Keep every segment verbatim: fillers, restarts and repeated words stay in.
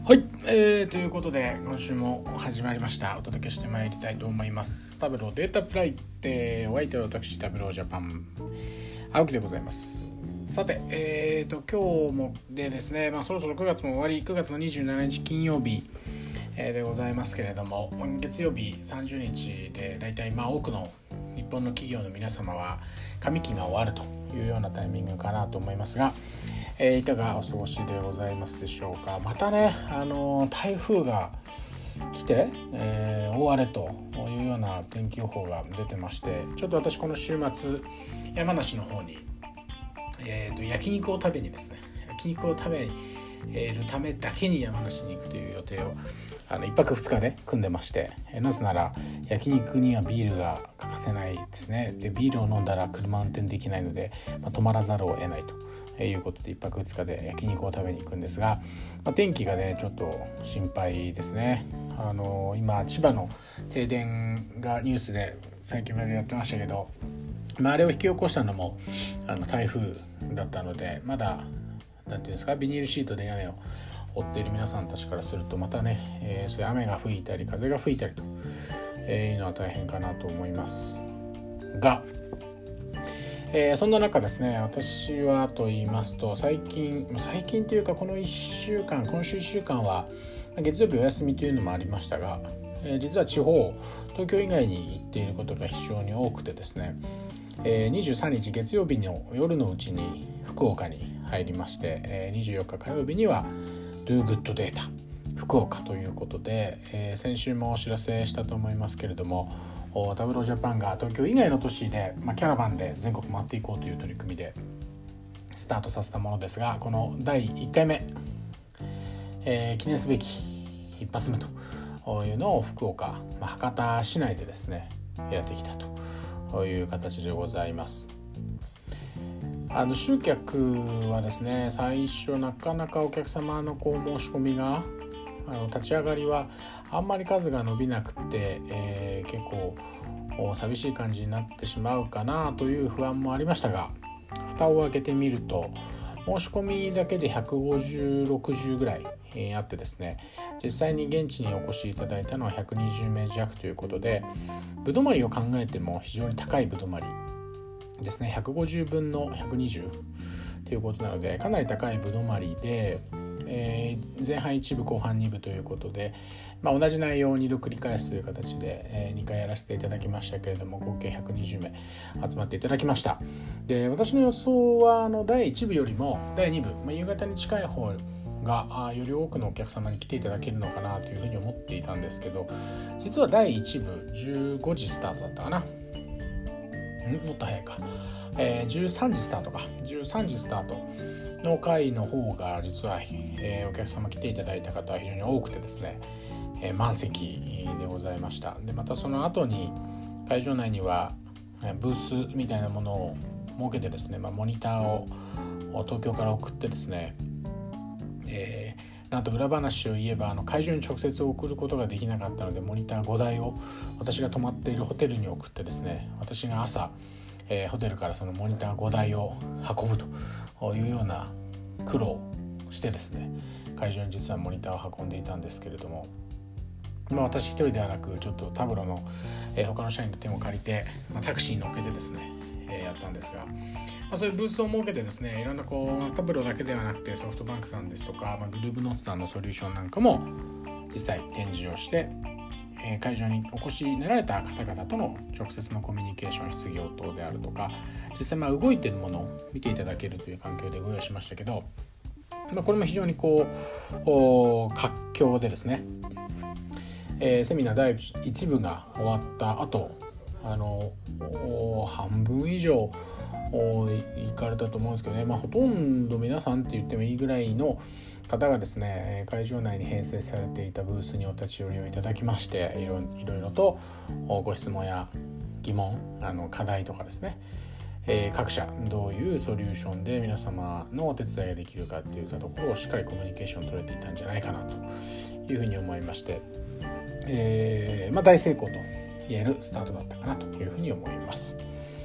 はい、えー、ということで今週も始まりました。お届けしてまいりたいと思います。タブローデータフライデー、お相手は私タブロージャパン青木でございます。さて、えーと今日もでですね、まあ、そろそろくがつも終わり、くがつのにじゅうしちにち金曜日、えー、でございますけれども、月曜日さんじゅうにちでだいたいまあ多くの日本の企業の皆様は上期が終わるというようなタイミングかなと思いますが、えー、いかがお過ごしでございますでしょうか。またね、あのー、台風が来て、えー、大荒れというような天気予報が出てまして、ちょっと私この週末山梨の方に、えー、と焼肉を食べにですね焼肉を食べるためだけに山梨に行くという予定をあのいっぱくふつかで組んでまして、なぜなら焼肉にはビールが欠かせないですね。でビールを飲んだら車運転できないので、まあ、止まらざるを得ないということでいっぱくふつかで焼肉を食べに行くんですが、まあ、天気がねちょっと心配ですね。あの今千葉の停電がニュースで最近までやってましたけど、まあ、あれを引き起こしたのもあの台風だったので、まだなんていうんですか、ビニールシートで屋根を覆っている皆さんたちからするとまたね、えー、そういう雨が吹いたり風が吹いたりと、えー、いうのは大変かなと思いますが、えー、そんな中ですね、私はと言いますと最近最近というかこのいっしゅうかん今週いっしゅうかんは月曜日お休みというのもありましたが、えー、実は地方東京以外に行っていることが非常に多くてですね、えー、にじゅうさんにち月曜日の夜のうちに福岡に入りまして、えー、にじゅうよっか火曜日には Do Good Data 福岡ということで、えー、先週もお知らせしたと思いますけれども、タブロージャパンが東京以外の都市で、まあ、キャラバンで全国回っていこうという取り組みでスタートさせたものですが、このだいいっかいめ、えー、記念すべき一発目というのを福岡、まあ、博多市内でですねやってきたという形でございます。あの集客はですね、最初なかなかお客様のこう申し込みがあの立ち上がりはあんまり数が伸びなくて、えー、結構寂しい感じになってしまうかなという不安もありましたが、蓋を開けてみると申し込みだけでひゃくごじゅう、ろくじゅうぐらい、えー、あってですね、実際に現地にお越しいただいたのはひゃくにじゅうめい弱ということで、ぶどまりを考えても非常に高いぶどまりですね、ひゃくごじゅうぶんのひゃくにじゅうということなのでかなり高いぶどまりで、えー、前半いちぶ後半にぶということで、まあ、同じ内容をにど繰り返すという形で、えー、にかいやらせていただきましたけれども、合計ひゃくにじゅうめい集まっていただきました。で私の予想はあのだいいちぶよりもだいにぶ、まあ、夕方に近い方がより多くのお客様に来ていただけるのかなというふうに思っていたんですけど、実はだいいちぶじゅうごじスタートだったかな、もっと早いか、えー、じゅうさんじスタートかじゅうさんじスタートの回の方が実は、えー、お客様来ていただいた方は非常に多くてですね、えー、満席でございました。でまたその後に会場内にはブースみたいなものを設けてですね、まあ、モニターを東京から送ってですね、えー、なんと裏話を言えばあの会場に直接送ることができなかったので、モニターごだいを私が泊まっているホテルに送ってですね、私が朝、えー、ホテルからそのモニターごだいを運ぶというような苦労をしてですね、会場に実はモニターを運んでいたんですけれども、まあ、私一人ではなくちょっとタブロの、えー、他の社員の手も借りて、まあ、タクシーに乗っけてですね、えー、やったんですが、まあ、そういうブースを設けてですね、いろんなこうタブロだけではなくてソフトバンクさんですとか、まあ、グループノーツさんのソリューションなんかも実際展示をして、えー、会場にお越しになられた方々との直接のコミュニケーション、質疑応答であるとか、実際まあ動いているものを見ていただけるという環境でご用意しましたけど、まあ、これも非常にこう活況でですね、えー、セミナーだいいちぶが終わった後、あの半分以上行かれたと思うんですけどね、まあ、ほとんど皆さんって言ってもいいぐらいの方がですね、会場内に併設されていたブースにお立ち寄りをいただきまして、いろいろいろとご質問や疑問、あの課題とかですね、えー、各社どういうソリューションで皆様のお手伝いができるかっていったところをしっかりコミュニケーション取れていたんじゃないかなというふうに思いまして、えーまあ、大成功と言えるスタートだったかなというふうに思います。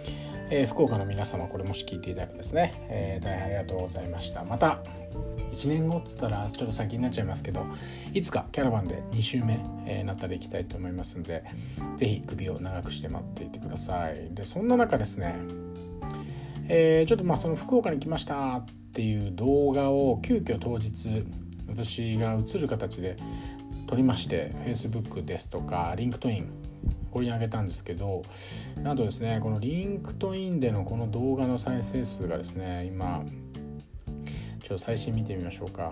えー、福岡の皆様これもし聞いていたらですね、えー、大変ありがとうございました。またいちねんごっつったらちょっと先になっちゃいますけど、いつかキャラバンでに週目、えー、なったら行きたいと思いますので、ぜひ首を長くして待っていてください。でそんな中ですね、えー、ちょっとまあその福岡に来ましたっていう動画を急遽当日私が映る形で撮りまして、 Facebook ですとか LinkedIn これに上げたんですけど、なんとですね、この LinkedIn でのこの動画の再生数がですね、今ちょっと最新見てみましょうか、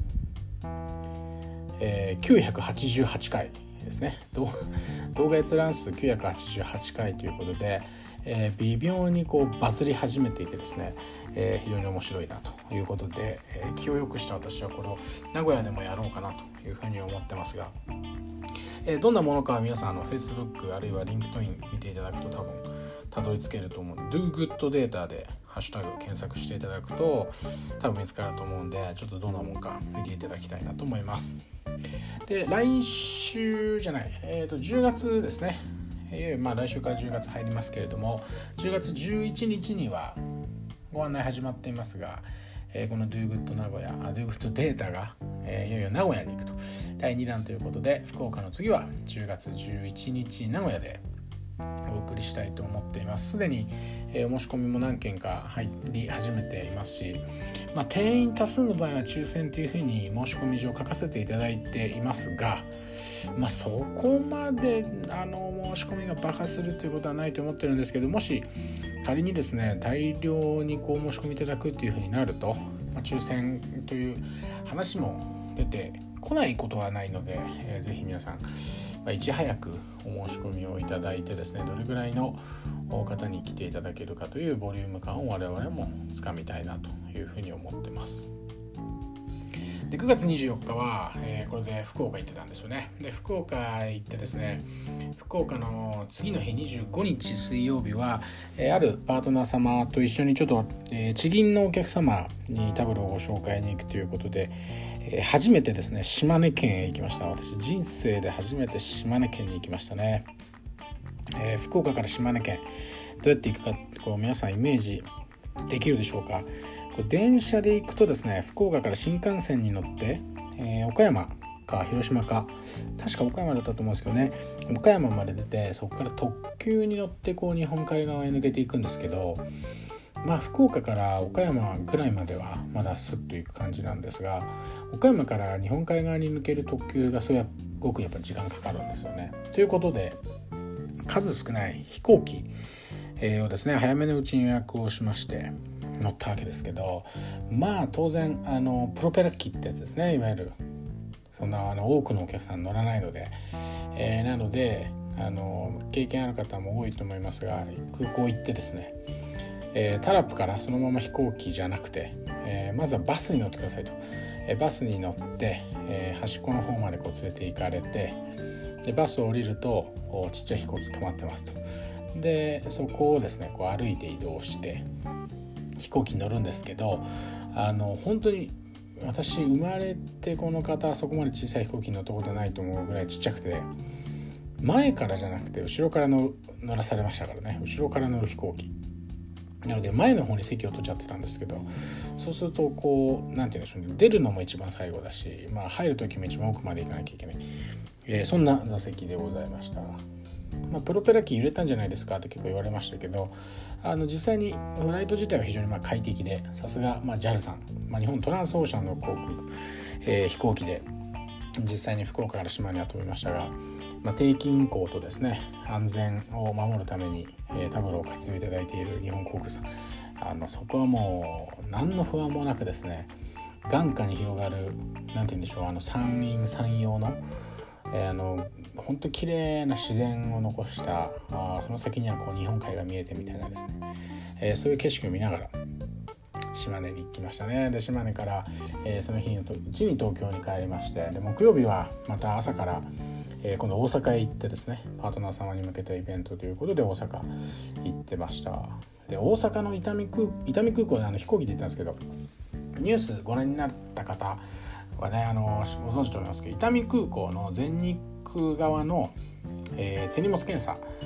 えー、きゅうひゃくはちじゅうはちかいですね。動画閲覧数きゅうひゃくはちじゅうはちかいということで、えー、微妙にこうバズり始めていてですね、えー、非常に面白いなということで、えー、気を良くした私はこれを名古屋でもやろうかなというふうに思ってますが、えー、どんなものかは皆さんあの Facebook あるいは LinkedIn 見ていただくと多分たどり着けると思うので、 Do Good Data でハッシュタグを検索していただくと多分見つかると思うんで、ちょっとどんなもんか見ていただきたいなと思います。で来週じゃない、えー、とじゅうがつですね、えー、まあ来週からじゅうがつ入りますけれども、じゅうがつじゅういちにちにはご案内始まっていますが、えー、この Do Good 名古屋、あ Do Good Data が、えー、いよいよ名古屋に行くとだいにだんということで、福岡の次はじゅうがつじゅういちにち名古屋でお送りしたいと思っています。すでに、えー、お申し込みも何件か入り始めていますし、まあ、定員多数の場合は抽選というふうに申し込み状を書かせていただいていますが、まあ、そこまであの申し込みが爆発するということはないと思ってるんですけど、もし仮にですね大量にこう申し込みいただくというふうになると、まあ、抽選という話も出てこないことはないので、えー、ぜひ皆さんいち早くお申し込みをいただいてですね、どれぐらいの方に来ていただけるかというボリューム感を我々もつかみたいなというふうに思ってます。でくがつにじゅうよっかは、えー、これで福岡行ってたんですよね。で福岡行ってですね、福岡の次の日にじゅうごにち水曜日は、えー、あるパートナー様と一緒にちょっと、えー、地銀のお客様にタブロをご紹介に行くということで、えー、初めてですね島根県へ行きました。私人生で初めて島根県に行きましたね。えー、福岡から島根県どうやって行くかこう皆さんイメージできるでしょうか。こう電車で行くとですね、福岡から新幹線に乗って、えー、岡山か広島か確か岡山だったと思うんですけどね、岡山まで出てそこから特急に乗ってこう日本海側へ抜けていくんですけど、まあ福岡から岡山ぐらいまではまだスッと行く感じなんですが、岡山から日本海側に抜ける特急がすごくやっぱ時間かかるんですよね。ということで数少ない飛行機をですね早めのうちに予約をしまして乗ったわけですけど、まあ当然あのプロペラ機ってやつですね、いわゆるそんなあの多くのお客さん乗らないので、えー、なのであの経験ある方も多いと思いますが、空港行ってですね、えー、タラップからそのまま飛行機じゃなくて、えー、まずはバスに乗ってくださいと、えー、バスに乗って、えー、端っこの方までこう連れて行かれて、でバスを降りるとちっちゃい飛行機止まってますと。でそこをですねこう歩いて移動して飛行機に乗るんですけど、あの本当に私生まれてこの方そこまで小さい飛行機に乗ったことないと思うぐらいちっちゃくて、前からじゃなくて後ろから乗らされましたからね。後ろから乗る飛行機なので前の方に席を取っちゃってたんですけど、そうするとこうなんて言うんでしょうね、出るのも一番最後だし、まあ入る時も一番奥まで行かなきゃいけない、えー、そんな座席でございました。まあ、プロペラ機揺れたんじゃないですかって結構言われましたけど、あの実際にフライト自体は非常にまあ快適で、さすがまあ ジャル さん、まあ、日本トランスオーシャンの航空、えー、飛行機で実際に福岡から島には飛びましたが、まあ、定期運航とですね安全を守るために、えー、タブロを活用いただいている日本航空さん、あのそこはもう何の不安もなくですね、眼下に広がるなんて言うんでしょう、あの山陰山陽のえー、あの本当に綺麗な自然を残したあその先にはこう日本海が見えてみたいなですね、えー、そういう景色を見ながら島根に行きましたね。で島根から、えー、その日のうちに東京に帰りまして、で木曜日はまた朝から、えー、今度大阪へ行ってですねパートナー様に向けたイベントということで大阪行ってました。で大阪の伊丹空、伊丹空港であの飛行機で行ったんですけど、ニュースご覧になった方はね、あのご存知と思いますけど、伊丹空港の全日空側の、えー、手荷物検査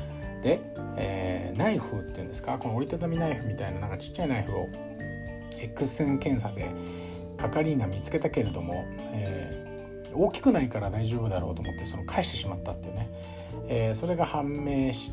で、えー、ナイフっていうんですか、この折りたたみナイフみたいななんかちっちゃいナイフを X 線検査で係員が見つけたけれども、えー、大きくないから大丈夫だろうと思ってその返してしまったっていうね、えー、それが判明して、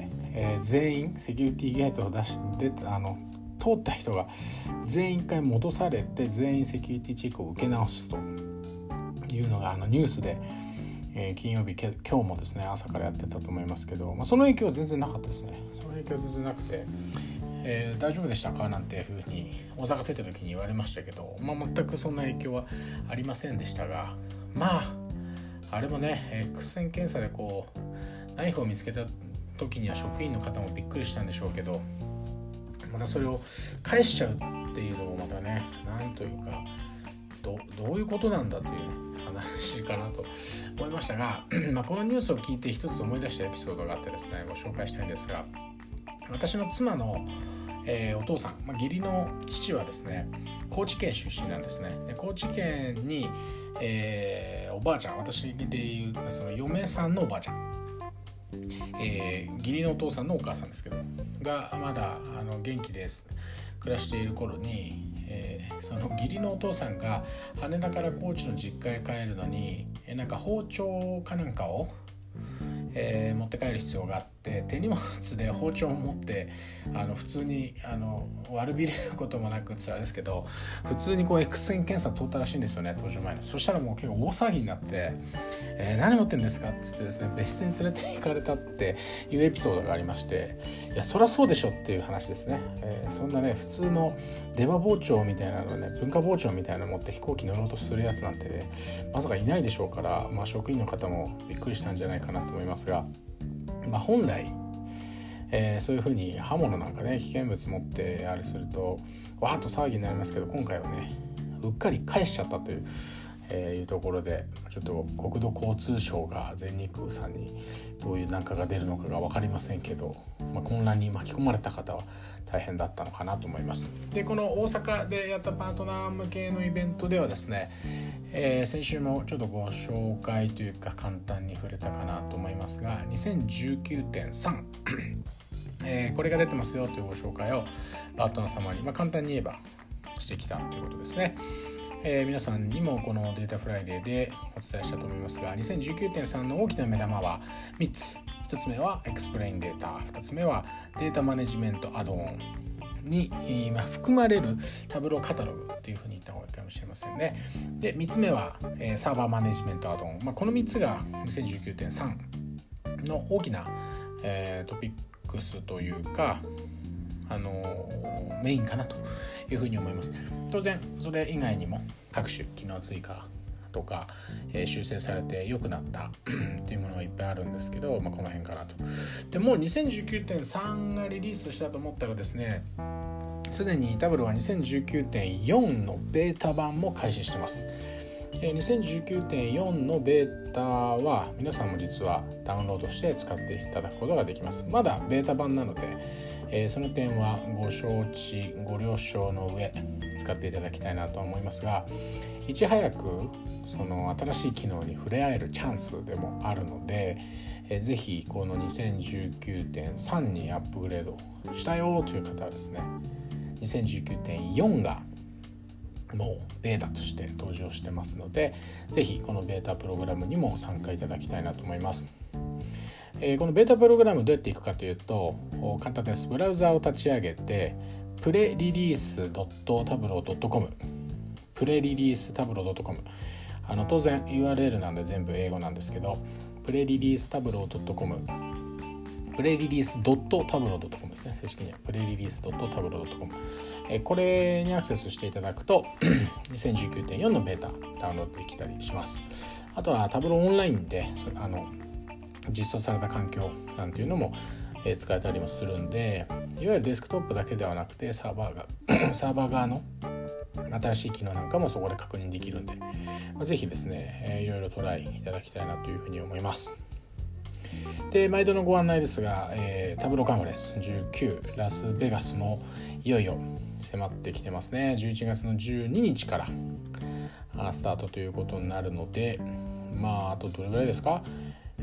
えー、全員セキュリティゲートを出してあの通った人が全員一回戻されて全員セキュリティチェックを受け直すというのがあのニュースで、えー、金曜日今日もですね朝からやってたと思いますけど、まあ、その影響は全然なかったですね。その影響は全然なくて、えー、大丈夫でしたかなんていうふうに大阪着いた時に言われましたけど、まあ、全くそんな影響はありませんでしたが、まああれもね X 線検査でこうナイフを見つけた時には職員の方もびっくりしたんでしょうけど、またそれを返しちゃうっていうのもまたね、なんというか ど, どういうことなんだという、ね、話かなと思いましたがまあこのニュースを聞いて一つ思い出したエピソードがあってですね、ご紹介したいんですが、私の妻の、えー、お父さん、まあ、義理の父はですね高知県出身なんですね。で高知県に、えー、おばあちゃん、私でいうその嫁さんのおばあちゃん、えー、義理のお父さんのお母さんですけどがまだあの元気です暮らしている頃に、えー、その義理のお父さんが羽田から高知の実家へ帰るのに、えー、なんか包丁かなんかを、えー、持って帰る必要があって、手荷物で包丁を持ってあの普通にあの悪びれることもなくつらいですけど普通にこう X 線検査通ったらしいんですよね、搭乗前の。そしたらもう結構大騒ぎになって、えー、何持ってんですかっつってですね別室に連れて行かれたっていうエピソードがありまして、いやそりゃそうでしょっていう話ですね。えー、そんなね普通の出刃包丁みたいなのね、文化包丁みたいなの持って飛行機乗ろうとするやつなんてねまさかいないでしょうから、まあ、職員の方もびっくりしたんじゃないかなと思いますが、まあ、本来、えー、そういうふうに刃物なんかね危険物持ってあれするとわーっと騒ぎになりますけど、今回はねうっかり返しちゃったという、えー、いうところでちょっと国土交通省が全日空さんにどういう難化が出るのかが分かりませんけど、まあ、混乱に巻き込まれた方は大変だったのかなと思います。でこの大阪でやったパートナー向けのイベントではですね、えー、先週もちょっとご紹介というか簡単に触れたかなと思いますが にせんじゅうきゅうてんさん えー、これが出てますよというご紹介をパートナー様に、まあ、簡単に言えばしてきたということですね。えー、皆さんにもこのデータフライデーでお伝えしたと思いますが にせんじゅうきゅうてんさん の大きな目玉はみっつ。ひとつめはエクスプレインデータ、ふたつめはデータマネジメントアドオンに、まあ、含まれるタブローカタログっていうふうに言った方がいいかもしれませんね。でみっつめは、えー、サーバーマネジメントアドオン、まあ、このみっつが にせんじゅうきゅうてんさん の大きな、えー、トピックスというかあのー、メインかなというふうに思います。当然それ以外にも各種機能追加とか、えー、修正されて良くなったっていうものがいっぱいあるんですけど、まあ、この辺かなと。でもう にせんじゅうきゅうてんさん がリリースしたと思ったらですね、すでにタブロは にせんじゅうきゅうてんよん のベータ版も開始してます。えー、にせんじゅうきゅうてんよん のベータは皆さんも実はダウンロードして使っていただくことができます。まだベータ版なので、えー、その点はご承知ご了承の上使っていただきたいなと思いますが、いち早くその新しい機能に触れ合えるチャンスでもあるので、えー、ぜひこの にせんじゅうきゅうてんさん にアップグレードしたよという方はですね、にせんじゅうきゅうてんよん がもうベータとして登場してますので、ぜひこのベータプログラムにも参加いただきたいなと思います。えー、このベータプログラムどうやっていくかというと簡単です。ブラウザを立ち上げてプレリリース ドットタブロー ドットコム プレリリースタブロー ドットコム、 あの当然 ユーアールエル なんで全部英語なんですけど、プレリリースタブロー ドットコム、 プレリリース ドットタブロー ドットコム ですね。正式にはプレリリース ドットタブロー ドットコム、えー、これにアクセスしていただくとにせんじゅうきゅうてんよん のベータダウンロードできたりします。あとはタブローオンラインでそれあの実装された環境なんていうのも、えー、使えたりもするんで、いわゆるデスクトップだけではなくてサーバーがサーバー側の新しい機能なんかもそこで確認できるんで、まあ、ぜひですね、えー、いろいろトライいただきたいなというふうに思います。で毎度のご案内ですが、えー、タブローカンファレンスじゅうきゅうラスベガスもいよいよ迫ってきてますね。じゅういちがつのじゅうににちからスタートということになるので、まああとどれぐらいですか、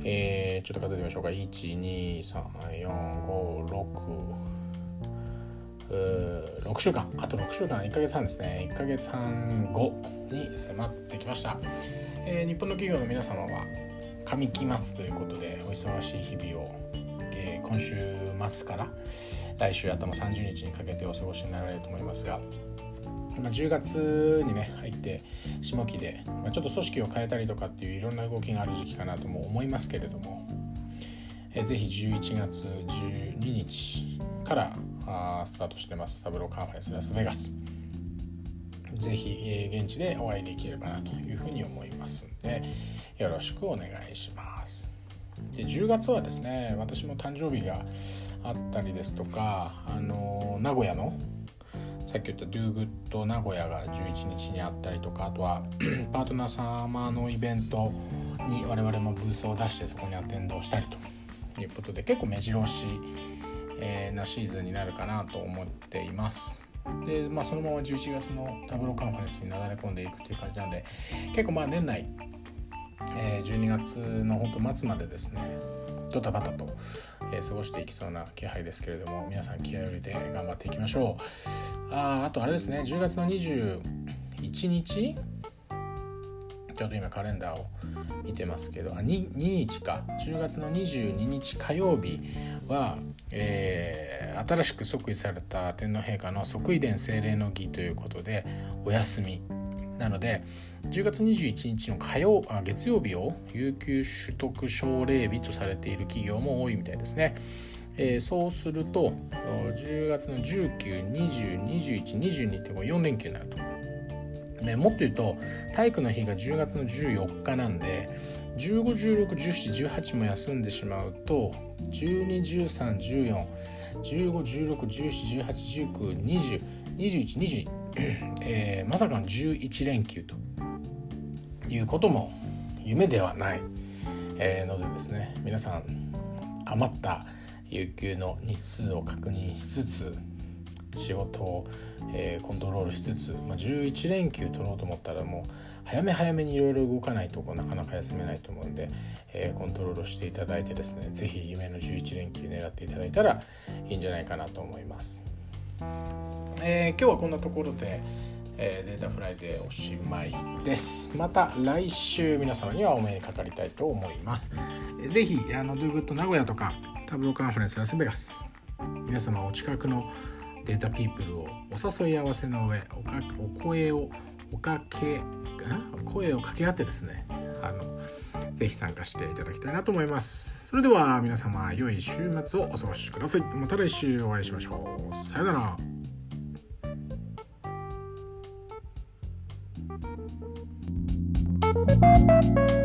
えー、ちょっと数えてみましょうか。いち、に、さん、よん、ご、ろく、ろくしゅうかん、あとろくしゅうかん、いっかげつはんですね。いっかげつはんごに迫ってきました。えー、日本の企業の皆様は上期末ということでお忙しい日々を、えー、今週末から来週頭さんじゅうにちにかけてお過ごしになられると思いますが、まあ、じゅうがつにね入って下期で、まあ、ちょっと組織を変えたりとかっていういろんな動きがある時期かなとも思いますけれども、えー、ぜひじゅういちがつじゅうににちからあースタートしてますタブローカンファレンスラスベガス、ぜひ、えー、現地でお会いできればなというふうに思いますのでよろしくお願いします。でじゅうがつはですね、私も誕生日があったりですとか、あのー、名古屋のさっき言った Do Good 名古屋がじゅういちにちにあったりとか、あとはパートナー様のイベントに我々もブースを出してそこにアテンドをしたりということで、結構目白押し、えー、なシーズンになるかなと思っています。で、まあ、そのままじゅういちがつのタブローカンファレンスになだれ込んでいくという感じなんで、結構まあ年内、えー、じゅうにがつの本当末までですねドタバタと、えー、過ごしていきそうな気配ですけれども、皆さん気合を入れて頑張っていきましょう。あ, あとあれですね、じゅうがつのにじゅういちにち、ちょっと今カレンダーを見てますけど、あ 2, 2日かじゅうがつのにじゅうににち火曜日は、えー、新しく即位された天皇陛下の即位殿政令の儀ということでお休みなので、じゅうがつにじゅういちにちの火曜あ月曜日を有給取得奨励日とされている企業も多いみたいですね。えー、そうするとじゅうがつのじゅうく、にじゅう、にじゅういち、にじゅうにってよんれんきゅうになると。でもっと言うと体育の日がじゅうがつのじゅうよっかなんで、じゅうご、じゅうろく、じゅうしち、じゅうはちも休んでしまうとじゅうに、じゅうさん、じゅうよん、じゅうご、じゅうろく、じゅうしち、じゅうはち、じゅうきゅう、にじゅう、にじゅういち、にじゅうに、えー、まさかのじゅういちれんきゅうということも夢ではない、えー、のでですね、皆さん余った有給の日数を確認しつつ仕事を、えー、コントロールしつつ、まあ、じゅういちれんきゅう取ろうと思ったらもう早め早めにいろいろ動かないとなかなか休めないと思うんで、えー、コントロールしていただいてですね、ぜひ夢のじゅういちれんきゅう狙っていただいたらいいんじゃないかなと思います。えー、今日はこんなところで、えー、データフライデーおしまいです。また来週皆様にはお目にかかりたいと思います。えー、ぜひあの Do Good 名古屋とかタブローカンファレンスラスベガス、皆様お近くのデータピープルをお誘い合わせの上 お, かお声をおかけ声を掛け合ってですね、あのぜひ参加していただきたいなと思います。それでは皆様良い週末をお過ごしください。また来週お会いしましょう。さよなら。